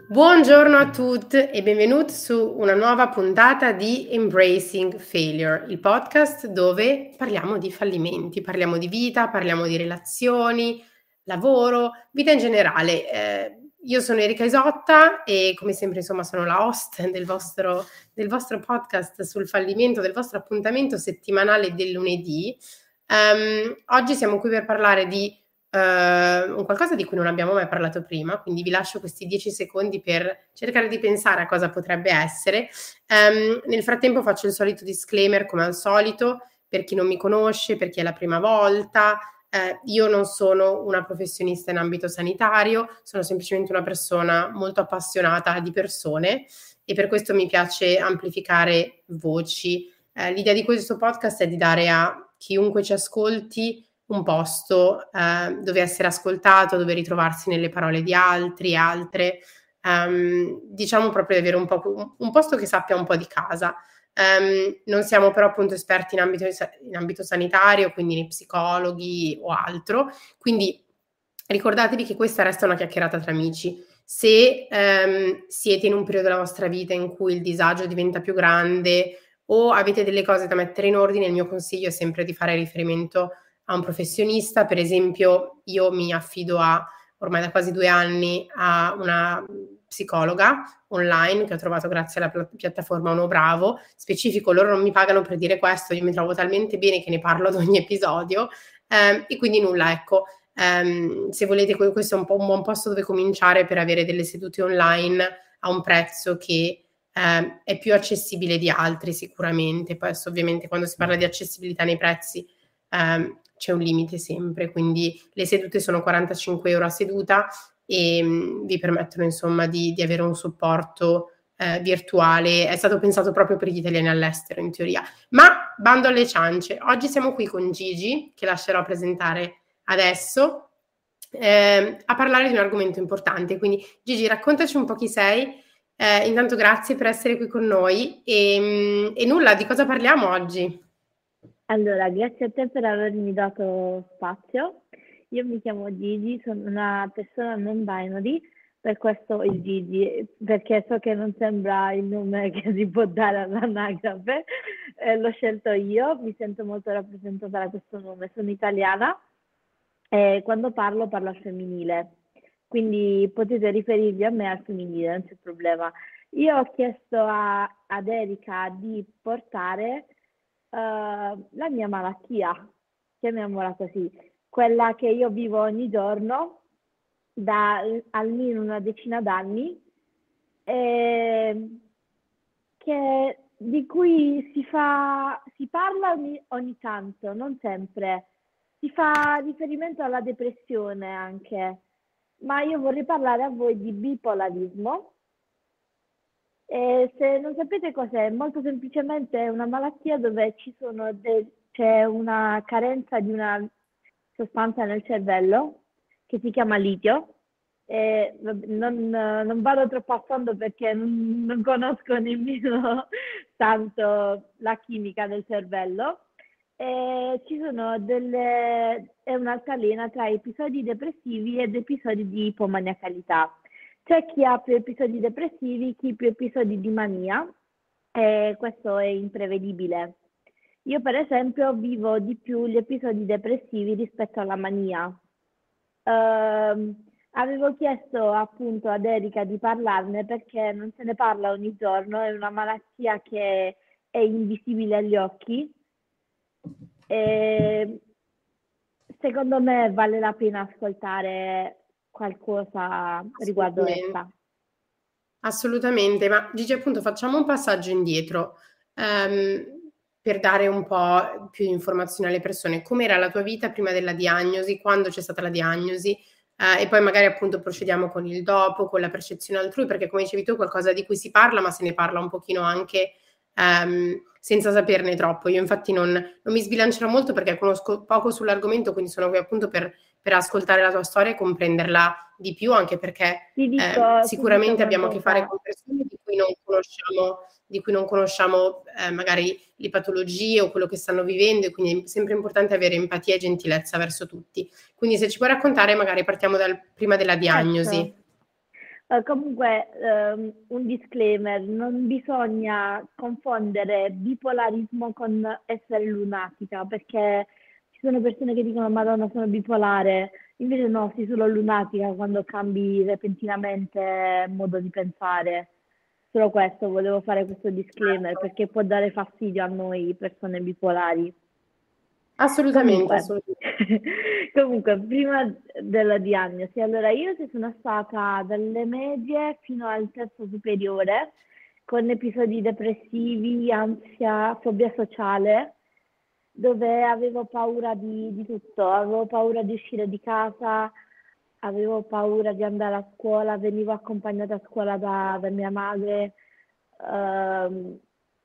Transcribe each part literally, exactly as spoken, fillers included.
Buongiorno a tutti e benvenuti su una nuova puntata di Embracing Failure, il podcast dove parliamo di fallimenti, parliamo di vita, parliamo di relazioni, lavoro, vita in generale. Eh, io sono Erika Isotta e come sempre insomma sono la host del vostro, del vostro podcast sul fallimento, del vostro appuntamento settimanale del lunedì. Um, oggi siamo qui per parlare di Uh, un qualcosa di cui non abbiamo mai parlato prima, quindi vi lascio questi dieci secondi per cercare di pensare a cosa potrebbe essere. Um, nel frattempo faccio il solito disclaimer come al solito, per chi non mi conosce, per chi è la prima volta. Uh, io non sono una professionista in ambito sanitario, sono semplicemente una persona molto appassionata di persone e per questo mi piace amplificare voci. Uh, l'idea di questo podcast è di dare a chiunque ci ascolti un posto eh, dove essere ascoltato, dove ritrovarsi nelle parole di altri, altre, um, diciamo proprio di avere un, po', un posto che sappia un po' di casa. Um, non siamo però appunto esperti in ambito, in ambito sanitario, quindi né psicologi o altro, quindi ricordatevi che questa resta una chiacchierata tra amici. Se um, siete in un periodo della vostra vita in cui il disagio diventa più grande o avete delle cose da mettere in ordine, il mio consiglio è sempre di fare riferimento a un professionista. Per esempio io mi affido a ormai da quasi due anni a una psicologa online che ho trovato grazie alla pl- piattaforma Uno Bravo, specifico, loro non mi pagano per dire questo, io mi trovo talmente bene che ne parlo ad ogni episodio ehm, e quindi nulla, ecco, ehm, se volete questo è un po' un buon posto dove cominciare per avere delle sedute online a un prezzo che eh, è più accessibile di altri sicuramente. Poi adesso, ovviamente quando si parla di accessibilità nei prezzi ehm, c'è un limite sempre, quindi le sedute sono quarantacinque euro a seduta e mh, vi permettono insomma di, di avere un supporto eh, virtuale. È stato pensato proprio per gli italiani all'estero in teoria. Ma bando alle ciance, oggi siamo qui con Gigi, che lascerò presentare adesso, eh, a parlare di un argomento importante. Quindi Gigi, raccontaci un po' chi sei. Eh, intanto grazie per essere qui con noi e, mh, e nulla, di cosa parliamo oggi? Allora, grazie a te per avermi dato spazio. Io mi chiamo Gigi, sono una persona non binary, per questo il Gigi, perché so che non sembra il nome che si può dare all'anagrafe, eh, l'ho scelto io, mi sento molto rappresentata da questo nome, sono italiana e quando parlo parlo al femminile, quindi potete riferirvi a me al femminile, non c'è problema. Io ho chiesto a, ad Erika di portare Uh, la mia malattia, chiamiamola così, quella che io vivo ogni giorno da almeno una decina d'anni, e che, di cui si fa, si parla ogni, ogni tanto, non sempre. Si fa riferimento alla depressione anche, ma io vorrei parlare a voi di bipolarismo. E se non sapete cos'è, molto semplicemente è una malattia dove ci sono de- c'è una carenza di una sostanza nel cervello che si chiama litio. E vabbè, non, non vado troppo a fondo perché non, non conosco nemmeno tanto la chimica del cervello. E ci sono delle, è un'altalena tra episodi depressivi ed episodi di ipomaniacalità. C'è chi ha più episodi depressivi, chi più episodi di mania, e questo è imprevedibile. Io per esempio vivo di più gli episodi depressivi rispetto alla mania. Uh, avevo chiesto appunto ad Erika di parlarne perché non se ne parla ogni giorno, è una malattia che è invisibile agli occhi e secondo me vale la pena ascoltare qualcosa riguardo essa. Assolutamente, ma Gigi, appunto, facciamo un passaggio indietro ehm, per dare un po' più di informazioni alle persone. Com'era la tua vita prima della diagnosi, quando c'è stata la diagnosi, eh, e poi magari appunto procediamo con il dopo, con la percezione altrui, perché come dicevi tu è qualcosa di cui si parla, ma se ne parla un pochino anche ehm, senza saperne troppo. Io infatti non, non mi sbilancerò molto perché conosco poco sull'argomento, quindi sono qui appunto per, per ascoltare la tua storia e comprenderla di più, anche perché Ti dico, eh, ti dico sicuramente una abbiamo a che fare cosa. con persone di cui non conosciamo, di cui non conosciamo eh, magari le patologie o quello che stanno vivendo, e quindi è sempre importante avere empatia e gentilezza verso tutti. Quindi se ci puoi raccontare, magari partiamo dal prima della diagnosi. Certo. Eh, comunque, ehm, un disclaimer, non bisogna confondere bipolarismo con essere lunatica, perché ci sono persone che dicono Madonna sono bipolare, invece no, sei solo lunatica quando cambi repentinamente modo di pensare. Solo questo, volevo fare questo disclaimer Certo. perché può dare fastidio a noi persone bipolari. Assolutamente, Comunque, assolutamente. comunque, prima della diagnosi, allora io ci sono stata dalle medie fino al terzo superiore con episodi depressivi, ansia, fobia sociale, dove avevo paura di, di tutto, avevo paura di uscire di casa, avevo paura di andare a scuola, venivo accompagnata a scuola da, da mia madre. ehm,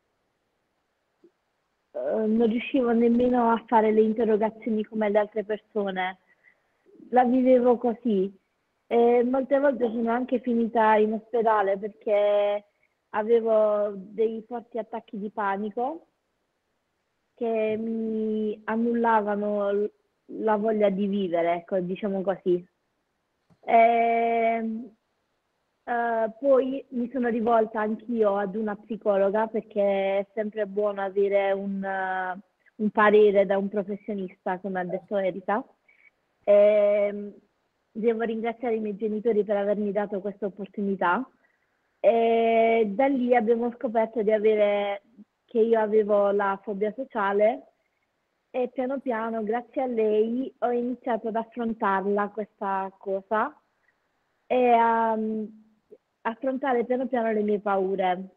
eh, non riuscivo nemmeno a fare le interrogazioni come le altre persone, la vivevo così. E molte volte sono anche finita in ospedale perché avevo dei forti attacchi di panico che mi annullavano l- la voglia di vivere, ecco, diciamo così. Ehm, eh, poi mi sono rivolta anch'io ad una psicologa perché è sempre buono avere un, eh, un parere da un professionista, come ha detto Erika. Ehm, devo ringraziare i miei genitori per avermi dato questa opportunità. E da lì abbiamo scoperto di avere, che io avevo la fobia sociale e piano piano, grazie a lei, ho iniziato ad affrontarla questa cosa e a mm, affrontare piano piano le mie paure.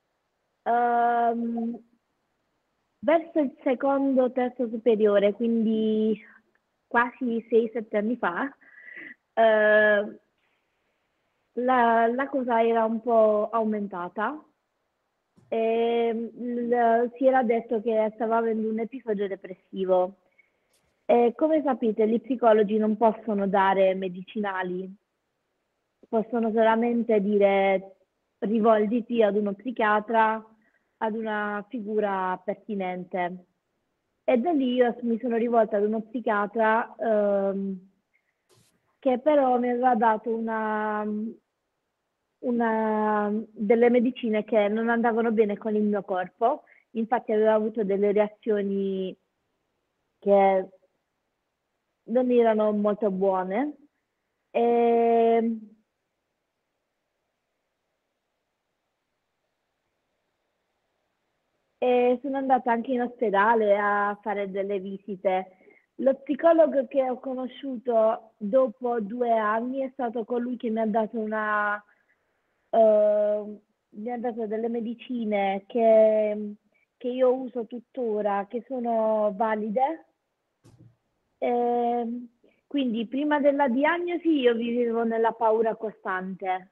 Ehm, verso il secondo, terzo superiore, quindi quasi sei sette anni fa, eh, la, la cosa era un po' aumentata e l- si era detto che stava avendo un episodio depressivo. E come sapete, gli psicologi non possono dare medicinali, possono solamente dire rivolgiti ad uno psichiatra, ad una figura pertinente. E da lì io mi sono rivolta ad uno psichiatra ehm, che però mi aveva dato una, una- delle medicine che non andavano bene con il mio corpo, infatti avevo avuto delle reazioni che non erano molto buone. E, e sono andata anche in ospedale a fare delle visite. Lo psicologo che ho conosciuto dopo due anni è stato colui che mi ha dato una, eh, mi ha dato delle medicine che, che io uso tuttora, che sono valide. Ehm, quindi prima della diagnosi io vivevo nella paura costante,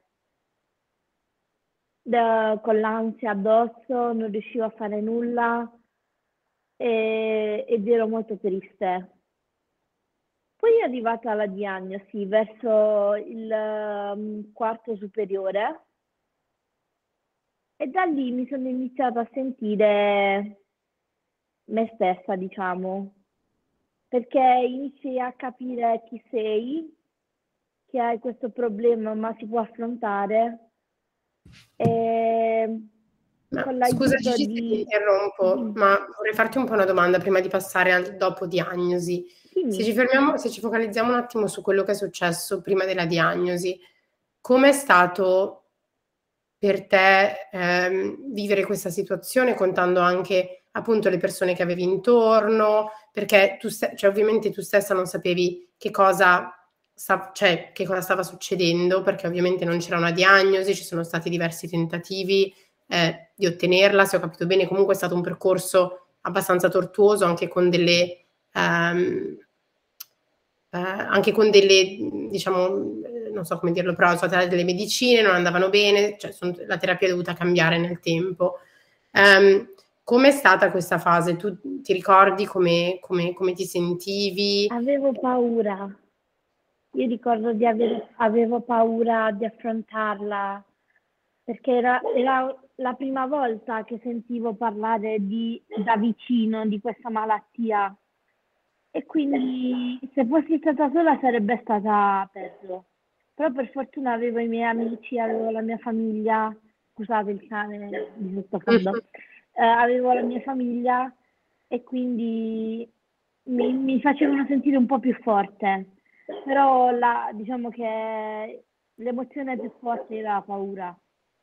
da- con l'ansia addosso, non riuscivo a fare nulla e- ed ero molto triste. Poi è arrivata la diagnosi verso il ehm, quarto superiore e da lì mi sono iniziata a sentire me stessa, diciamo, perché inizi a capire chi sei, che hai questo problema, ma si può affrontare e Ma con scusa l'aiuto Gigi se ti di... interrompo, Dimmi, ma vorrei farti un po' una domanda prima di passare al dopo diagnosi. Se dimmi. ci fermiamo, se ci focalizziamo un attimo su quello che è successo prima della diagnosi, com'è stato per te ehm, vivere questa situazione, contando anche appunto le persone che avevi intorno, perché tu, ste- cioè, ovviamente tu stessa non sapevi che cosa, sta- cioè, che cosa stava succedendo, perché ovviamente non c'era una diagnosi, ci sono stati diversi tentativi eh, di ottenerla, se ho capito bene, comunque è stato un percorso abbastanza tortuoso, anche con delle, ehm, eh, anche con delle, diciamo, eh, non so come dirlo, però sono state delle medicine, non andavano bene, cioè son- la terapia è dovuta cambiare nel tempo. Ehm, Com'è stata questa fase? Tu ti ricordi come, come- come ti sentivi? Avevo paura. Io ricordo di avere, avevo paura di affrontarla perché era, era la prima volta che sentivo parlare di, da vicino di questa malattia e quindi se fossi stata sola sarebbe stata peggio. Però per fortuna avevo i miei amici, avevo la mia famiglia, scusate il cane di sottofondo, eh, avevo la mia famiglia e quindi mi, mi facevano sentire un po' più forte. Però la, diciamo che l'emozione più forte era la paura.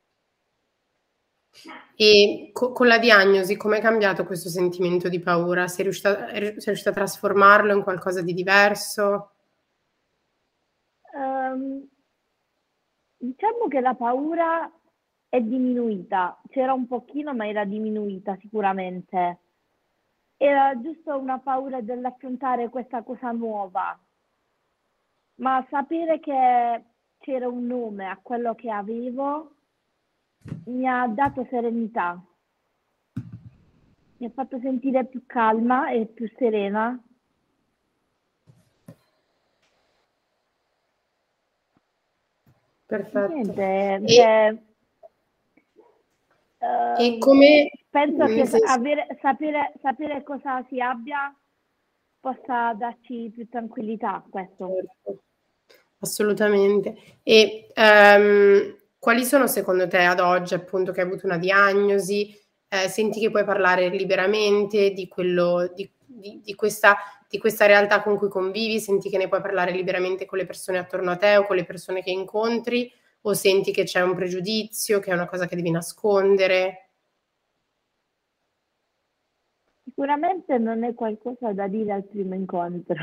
E co- con la diagnosi, com'è cambiato questo sentimento di paura? Sei riuscita, sei riuscita a trasformarlo in qualcosa di diverso? Ehm, diciamo che la paura è diminuita, c'era un pochino ma era diminuita sicuramente. Era giusto una paura dell'affrontare questa cosa nuova, ma sapere che c'era un nome a quello che avevo mi ha dato serenità, mi ha fatto sentire più calma e più serena. Perfetto. Niente, E, cioè, e ehm, come, penso nel che sa- senso, avere- sapere, sapere cosa si abbia possa darci più tranquillità, questo. certo, assolutamente. E ehm, quali sono secondo te ad oggi, appunto, che hai avuto una diagnosi, eh, senti che puoi parlare liberamente di quello, di, di- di questa, di questa realtà con cui convivi, senti che ne puoi parlare liberamente con le persone attorno a te o con le persone che incontri, o senti che c'è un pregiudizio, che è una cosa che devi nascondere? Sicuramente non è qualcosa da dire al primo incontro,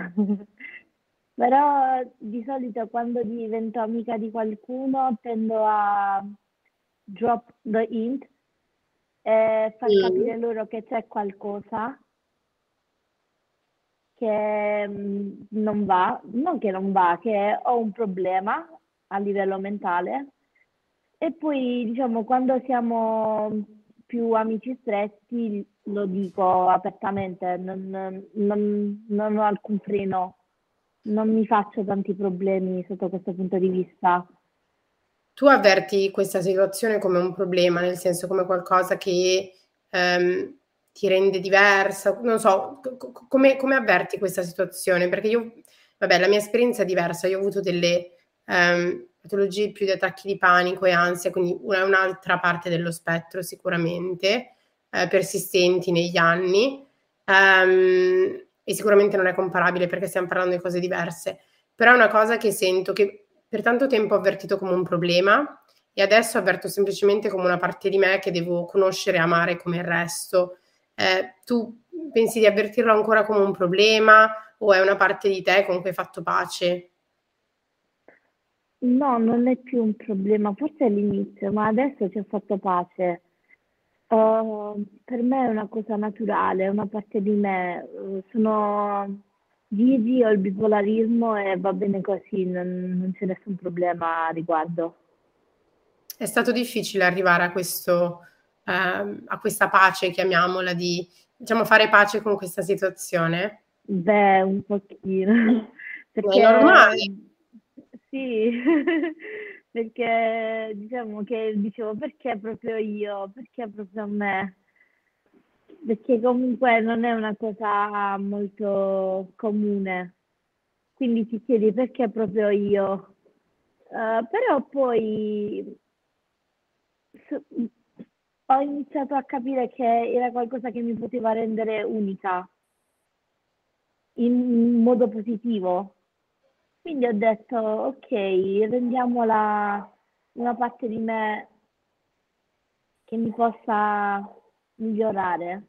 però di solito quando divento amica di qualcuno tendo a drop the hint e far Mm. capire loro che c'è qualcosa che mm, non va, non che non va, che ho un problema a livello mentale e poi diciamo quando siamo più amici stretti lo dico apertamente, non, non- non ho alcun freno, non mi faccio tanti problemi sotto questo punto di vista. Tu avverti questa situazione come un problema, nel senso come qualcosa che ehm, ti rende diversa? Non so, co- co- come, come avverti questa situazione? Perché io, vabbè, la mia esperienza è diversa, io ho avuto delle ehm, patologie più di attacchi di panico e ansia, quindi una, un'altra parte dello spettro sicuramente, eh, persistenti negli anni, ehm, e sicuramente non è comparabile perché stiamo parlando di cose diverse, però è una cosa che sento che per tanto tempo ho avvertito come un problema e adesso avverto semplicemente come una parte di me che devo conoscere e amare come il resto. Eh, tu pensi di avvertirlo ancora come un problema o è una parte di te con cui hai fatto pace? No, non è più un problema, forse all'inizio, ma adesso ci ho fatto pace. Uh, per me è una cosa naturale, è una parte di me. Uh, sono Gigi, ho il bipolarismo e va bene così, non, non c'è nessun problema a riguardo. È stato difficile arrivare a questo, ehm, a questa pace, chiamiamola, di diciamo fare pace con questa situazione? Beh, un pochino, È normale. perché sì, perché diciamo che dicevo perché proprio io, perché proprio a me? Perché comunque non è una cosa molto comune, quindi ti chiedi perché proprio io. Eh, però poi s- ho iniziato a capire che era qualcosa che mi poteva rendere unica in modo positivo. Quindi ho detto, ok, rendiamola una parte di me che mi possa migliorare.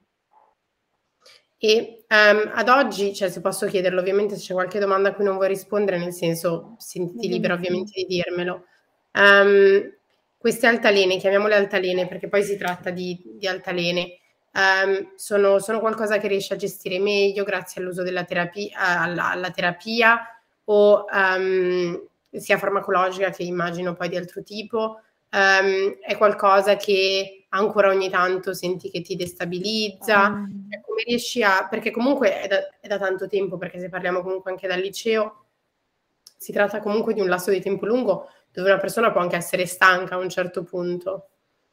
E ehm, ad oggi, cioè se posso chiederlo, ovviamente se c'è qualche domanda a cui non vuoi rispondere, nel senso Va sentiti libera benissimo. ovviamente di dirmelo. Ehm, queste altalene, chiamiamole altalene perché poi si tratta di, di altalene, ehm, sono, sono qualcosa che riesci a gestire meglio grazie all'uso della terapia, alla, alla terapia o ehm, sia farmacologica che immagino poi di altro tipo. Ehm, è qualcosa che ancora ogni tanto senti che ti destabilizza. Cioè, Um, come riesci a perché comunque è da è da tanto tempo, perché se parliamo comunque anche dal liceo, si tratta comunque di un lasso di tempo lungo, dove una persona può anche essere stanca a un certo punto.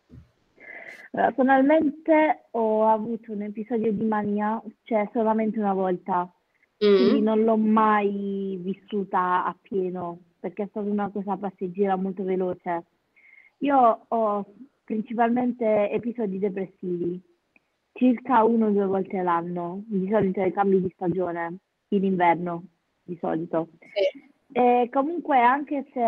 Personalmente ho avuto un episodio di mania, cioè solamente una volta, quindi Mh. non l'ho mai vissuta appieno. perché è stata una cosa passeggera molto veloce. Io ho principalmente episodi depressivi, circa uno o due volte l'anno, di solito ai cambi di stagione, in inverno, di solito. Sì. E comunque, anche se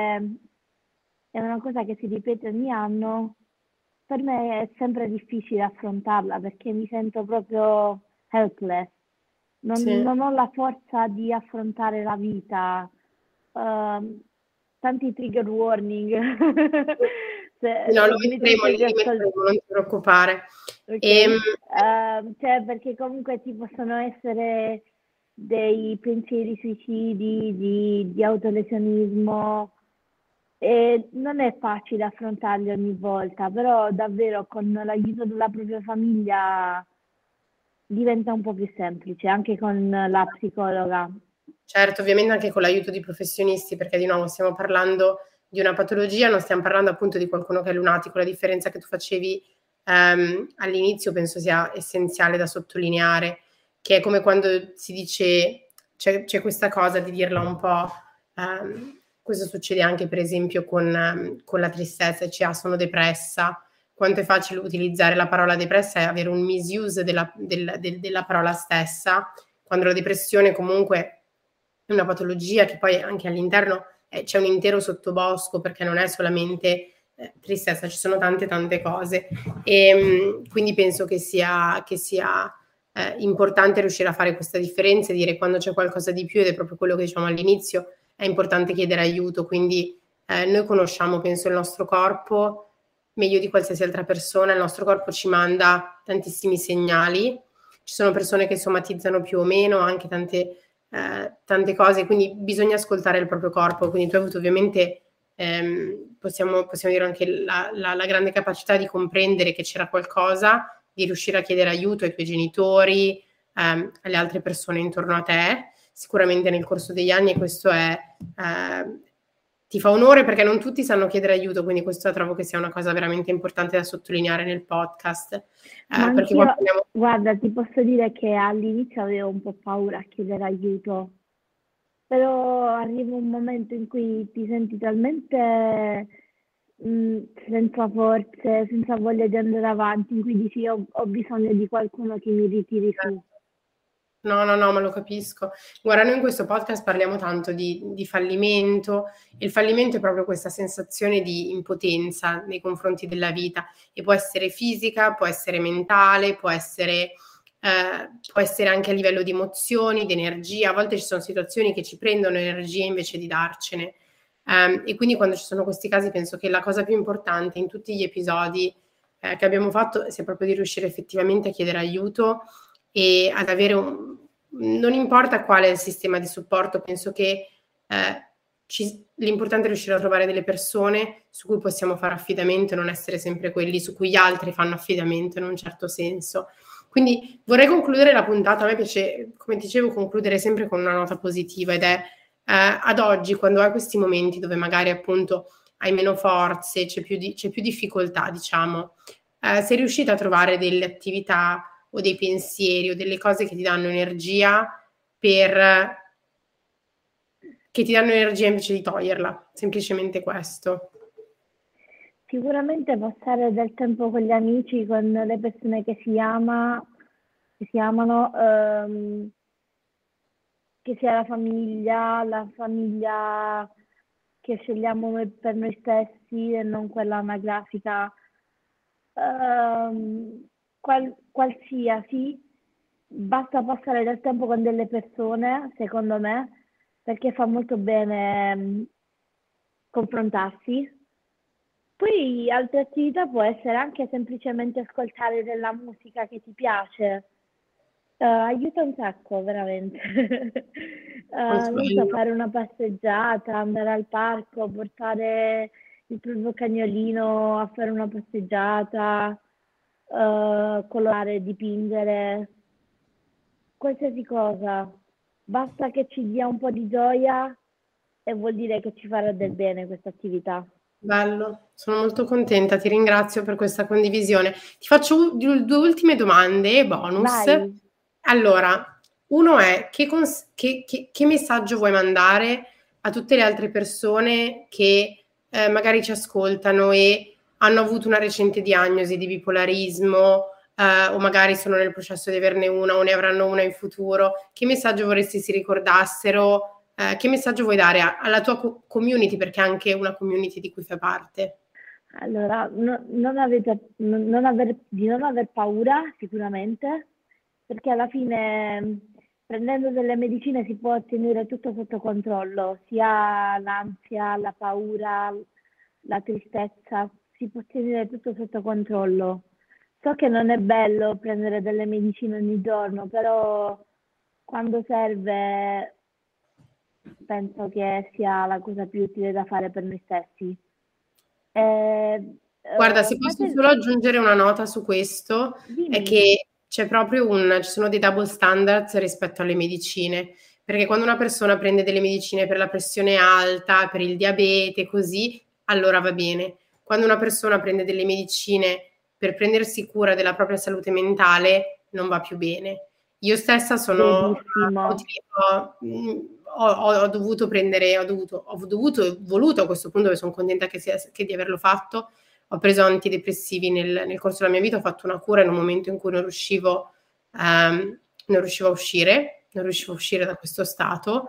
è una cosa che si ripete ogni anno, per me è sempre difficile affrontarla perché mi sento proprio helpless. Non, Sì. non ho la forza di affrontare la vita. Ehm, tanti trigger warning. Se- No, lo mi metteremo, tutti li che ascol- metteremo, non ti preoccupare. Ok, Ehm, Ehm, cioè perché comunque ci possono essere dei pensieri suicidi, di, di autolesionismo e non è facile affrontarli ogni volta, però davvero con l'aiuto della propria famiglia diventa un po' più semplice, anche con la psicologa. Certo, ovviamente anche con l'aiuto di professionisti, perché di nuovo stiamo parlando di una patologia, non stiamo parlando appunto di qualcuno che è lunatico. La differenza che tu facevi ehm, all'inizio penso sia essenziale da sottolineare, che è come quando si dice, c'è, c'è questa cosa di dirla un po', ehm, questo succede anche per esempio con, ehm, con la tristezza, cioè ah, sono depressa. Quanto è facile utilizzare la parola depressa e avere un misuse della, del, del, della parola stessa, quando la depressione comunque è una patologia che poi anche all'interno eh, c'è un intero sottobosco, perché non è solamente eh, tristezza, ci sono tante tante cose e mh, quindi penso che sia, che sia eh, importante riuscire a fare questa differenza e dire quando c'è qualcosa di più, ed è proprio quello che diciamo all'inizio, è importante chiedere aiuto. Quindi eh, noi conosciamo, penso, il nostro corpo meglio di qualsiasi altra persona. Il nostro corpo ci manda tantissimi segnali, ci sono persone che somatizzano più o meno anche tante Eh, tante cose, quindi bisogna ascoltare il proprio corpo. Quindi tu hai avuto ovviamente ehm, possiamo, possiamo dire anche la, la, la grande capacità di comprendere che c'era qualcosa, di riuscire a chiedere aiuto ai tuoi genitori, ehm, alle altre persone intorno a te, sicuramente nel corso degli anni, e questo è eh, ti fa onore, perché non tutti sanno chiedere aiuto, quindi questo trovo che sia una cosa veramente importante da sottolineare nel podcast, eh, Ma perché quando anch'io, parliamo... guarda, ti posso dire che all'inizio avevo un po' paura a chiedere aiuto, però arriva un momento in cui ti senti talmente mh, senza forze, senza voglia di andare avanti, in cui dici ho, ho bisogno di qualcuno che mi ritiri su. No, no, no, ma lo capisco. Guarda, noi in questo podcast parliamo tanto di, di fallimento. Il fallimento è proprio questa sensazione di impotenza nei confronti della vita, e può essere fisica, può essere mentale, può essere, eh, può essere anche a livello di emozioni, di energia. A volte ci sono situazioni che ci prendono energia invece di darcene. Um, e quindi quando ci sono questi casi penso che la cosa più importante in tutti gli episodi eh, che abbiamo fatto sia proprio di riuscire effettivamente a chiedere aiuto e ad avere un... non importa quale è il sistema di supporto, penso che eh, ci... l'importante è riuscire a trovare delle persone su cui possiamo fare affidamento e non essere sempre quelli su cui gli altri fanno affidamento in un certo senso. Quindi vorrei concludere la puntata. A me piace, come dicevo, concludere sempre con una nota positiva, ed è eh, ad oggi, quando hai questi momenti dove magari appunto hai meno forze, c'è più, di, c'è più difficoltà, diciamo, eh, sei riuscita a trovare delle attività o dei pensieri o delle cose che ti danno energia, per che ti danno energia invece di toglierla, semplicemente questo. Sicuramente passare del tempo con gli amici, con le persone che si ama, che si amano, ehm, che sia la famiglia, la famiglia che scegliamo noi per noi stessi e non quella anagrafica, ehm, qual- qualsiasi, basta passare del tempo con delle persone, secondo me, perché fa molto bene ehm, confrontarsi. Poi altre attività può essere anche semplicemente ascoltare della musica che ti piace. Eh, aiuta un sacco, veramente. Eh, Molto non so, bello. fare una passeggiata, andare al parco, portare il proprio cagnolino a fare una passeggiata, eh, colorare, dipingere, qualsiasi cosa. Basta che ci dia un po' di gioia e vuol dire che ci farà del bene questa attività. Bello, sono molto contenta, ti ringrazio per questa condivisione. Ti faccio due ultime domande bonus. Vai. Allora, uno è che, cons- che, che, che messaggio vuoi mandare a tutte le altre persone che eh, magari ci ascoltano e hanno avuto una recente diagnosi di bipolarismo, eh, o magari sono nel processo di averne una o ne avranno una in futuro, che messaggio vorresti si ricordassero? Eh, che messaggio vuoi dare a, alla tua co- community, perché è anche una community di cui fai parte? Allora, no- non avete, non, non aver- di non aver paura sicuramente, perché alla fine mh, prendendo delle medicine si può tenere tutto sotto controllo, sia l'ansia, la paura, la tristezza, si può tenere tutto sotto controllo. So che non è bello prendere delle medicine ogni giorno, però quando serve penso che sia la cosa più utile da fare per noi stessi. Eh, Guarda, eh, se posso invece, solo aggiungere una nota su questo, è dimmi, che c'è proprio un, ci sono dei double standards rispetto alle medicine, perché quando una persona prende delle medicine per la pressione alta, per il diabete, così, allora va bene. Quando una persona prende delle medicine per prendersi cura della propria salute mentale, non va più bene. Io stessa sono, verissimo. ho, ho, ho, ho dovuto prendere, ho dovuto, ho dovuto e voluto a questo punto, e sono contenta che, sia, che di averlo fatto. Ho preso antidepressivi nel, nel corso della mia vita, ho fatto una cura in un momento in cui non riuscivo, um, non riuscivo a uscire, non riuscivo a uscire da questo stato,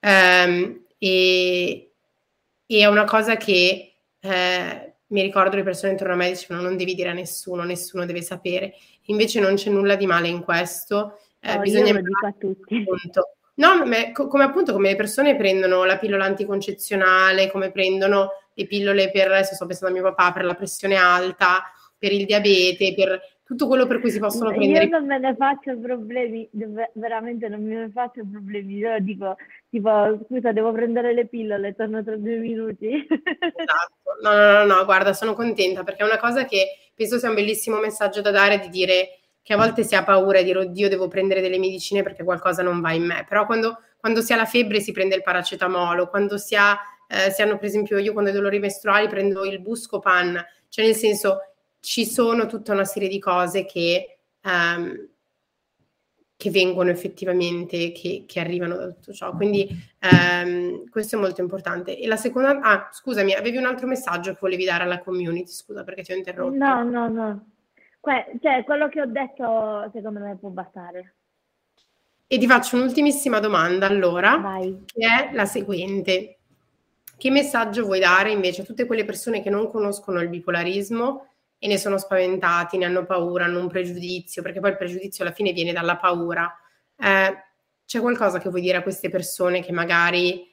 um, e, e è una cosa che eh, mi ricordo le persone intorno a me dicevano non devi dire a nessuno, nessuno deve sapere, invece non c'è nulla di male in questo, eh, Oh, io bisogna lo dico a tutti. appunto. No, me- co- come appunto come le persone prendono la pillola anticoncezionale, come prendono le pillole per, adesso sto pensando a mio papà, per la pressione alta, per il diabete, per tutto quello per cui si possono Io prendere. non me ne faccio problemi, ve- veramente non me ne faccio problemi. Io dico, tipo, scusa, devo prendere le pillole, torno tra due minuti. Esatto. No, no, no, no, guarda, sono contenta perché è una cosa che penso sia un bellissimo messaggio da dare, di dire che a volte si ha paura di dire oddio devo prendere delle medicine perché qualcosa non va in me, però quando, quando si ha la febbre si prende il paracetamolo, quando si ha, eh, si hanno per esempio io quando ho i dolori mestruali prendo il Buscopan, cioè nel senso ci sono tutta una serie di cose che, um, che vengono effettivamente, che, che arrivano da tutto ciò. Quindi um, questo è molto importante. E la seconda, ah, scusami, avevi un altro messaggio che volevi dare alla community, scusa perché ti ho interrotto. No, no, no. Que- cioè, quello che ho detto secondo me può bastare. E ti faccio un'ultimissima domanda allora, Vai. che è la seguente. Che messaggio vuoi dare invece a tutte quelle persone che non conoscono il bipolarismo e ne sono spaventati, ne hanno paura, hanno un pregiudizio, perché poi il pregiudizio alla fine viene dalla paura. Eh, c'è qualcosa che vuoi dire a queste persone che magari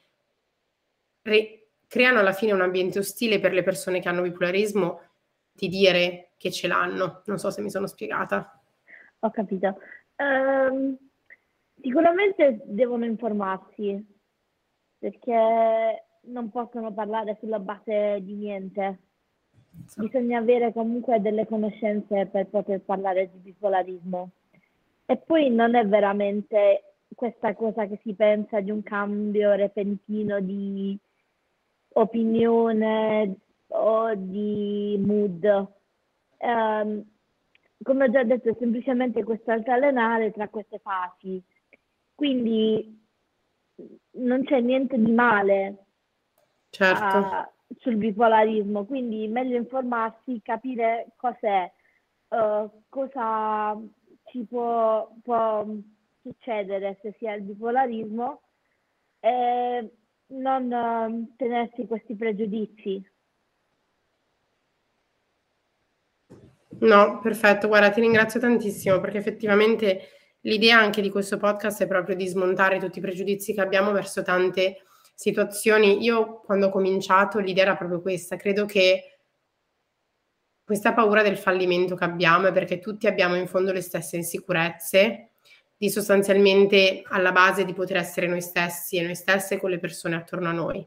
re- creano alla fine un ambiente ostile per le persone che hanno bipolarismo, di dire che ce l'hanno? Non so se mi sono spiegata. Ho capito. Ehm, sicuramente devono informarsi perché non possono parlare sulla base di niente. Bisogna avere comunque delle conoscenze per poter parlare di bipolarismo. E poi non è veramente questa cosa che si pensa di un cambio repentino di opinione o di mood. Ehm, come ho già detto, è semplicemente questo altalenare tra queste fasi. Quindi non c'è niente di male Certo. a- sul bipolarismo, quindi meglio informarsi, capire cos'è, eh, cosa ci può, può succedere se si ha il bipolarismo e non eh, tenersi questi pregiudizi. No, perfetto, guarda, ti ringrazio tantissimo perché effettivamente l'idea anche di questo podcast è proprio di smontare tutti i pregiudizi che abbiamo verso tante situazioni. Io quando ho cominciato l'idea era proprio questa, credo che questa paura del fallimento che abbiamo è perché tutti abbiamo in fondo le stesse insicurezze, di sostanzialmente alla base di poter essere noi stessi e noi stesse con le persone attorno a noi.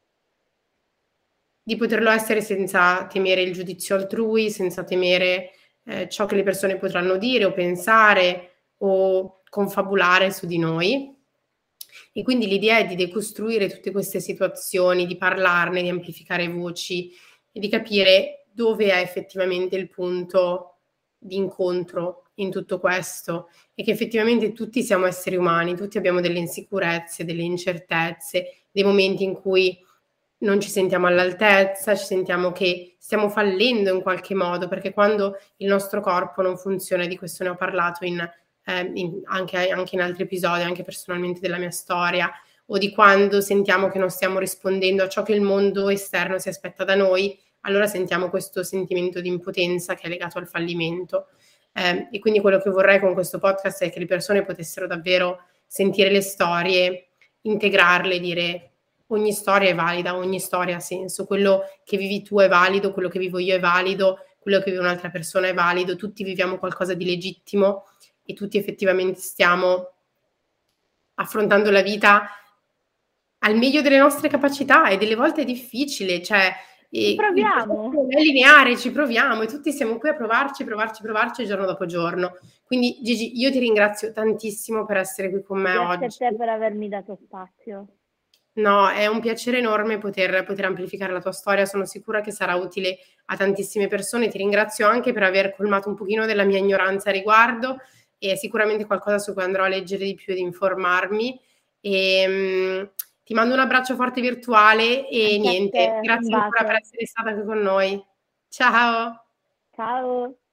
Di poterlo essere senza temere il giudizio altrui, senza temere eh, ciò che le persone potranno dire o pensare o confabulare su di noi. E quindi l'idea è di decostruire tutte queste situazioni, di parlarne, di amplificare voci e di capire dove è effettivamente il punto di incontro in tutto questo e che effettivamente tutti siamo esseri umani, tutti abbiamo delle insicurezze, delle incertezze, dei momenti in cui non ci sentiamo all'altezza, ci sentiamo che stiamo fallendo in qualche modo, perché quando il nostro corpo non funziona, di questo ne ho parlato in, eh, in, anche, anche in altri episodi, anche personalmente della mia storia, o di quando sentiamo che non stiamo rispondendo a ciò che il mondo esterno si aspetta da noi, allora sentiamo questo sentimento di impotenza che è legato al fallimento. Eh, e quindi quello che vorrei con questo podcast è che le persone potessero davvero sentire le storie, integrarle, dire ogni storia è valida, ogni storia ha senso, quello che vivi tu è valido, quello che vivo io è valido, quello che vive un'altra persona è valido, tutti viviamo qualcosa di legittimo e tutti effettivamente stiamo affrontando la vita al meglio delle nostre capacità e delle volte è difficile, cioè Ci e il proviamo. processo non è lineare, ci proviamo e tutti siamo qui a provarci, provarci, provarci giorno dopo giorno. Quindi Gigi, io ti ringrazio tantissimo per essere qui con me Grazie oggi. a te per avermi dato spazio. No, è un piacere enorme poter, poter amplificare la tua storia, sono sicura che sarà utile a tantissime persone. Ti ringrazio anche per aver colmato un pochino della mia ignoranza a riguardo e è sicuramente qualcosa su cui andrò a leggere di più ed informarmi. E, mh, ti mando un abbraccio forte virtuale e Anche a niente, te, un grazie ancora per bacio. essere stata qui con noi. Ciao! Ciao!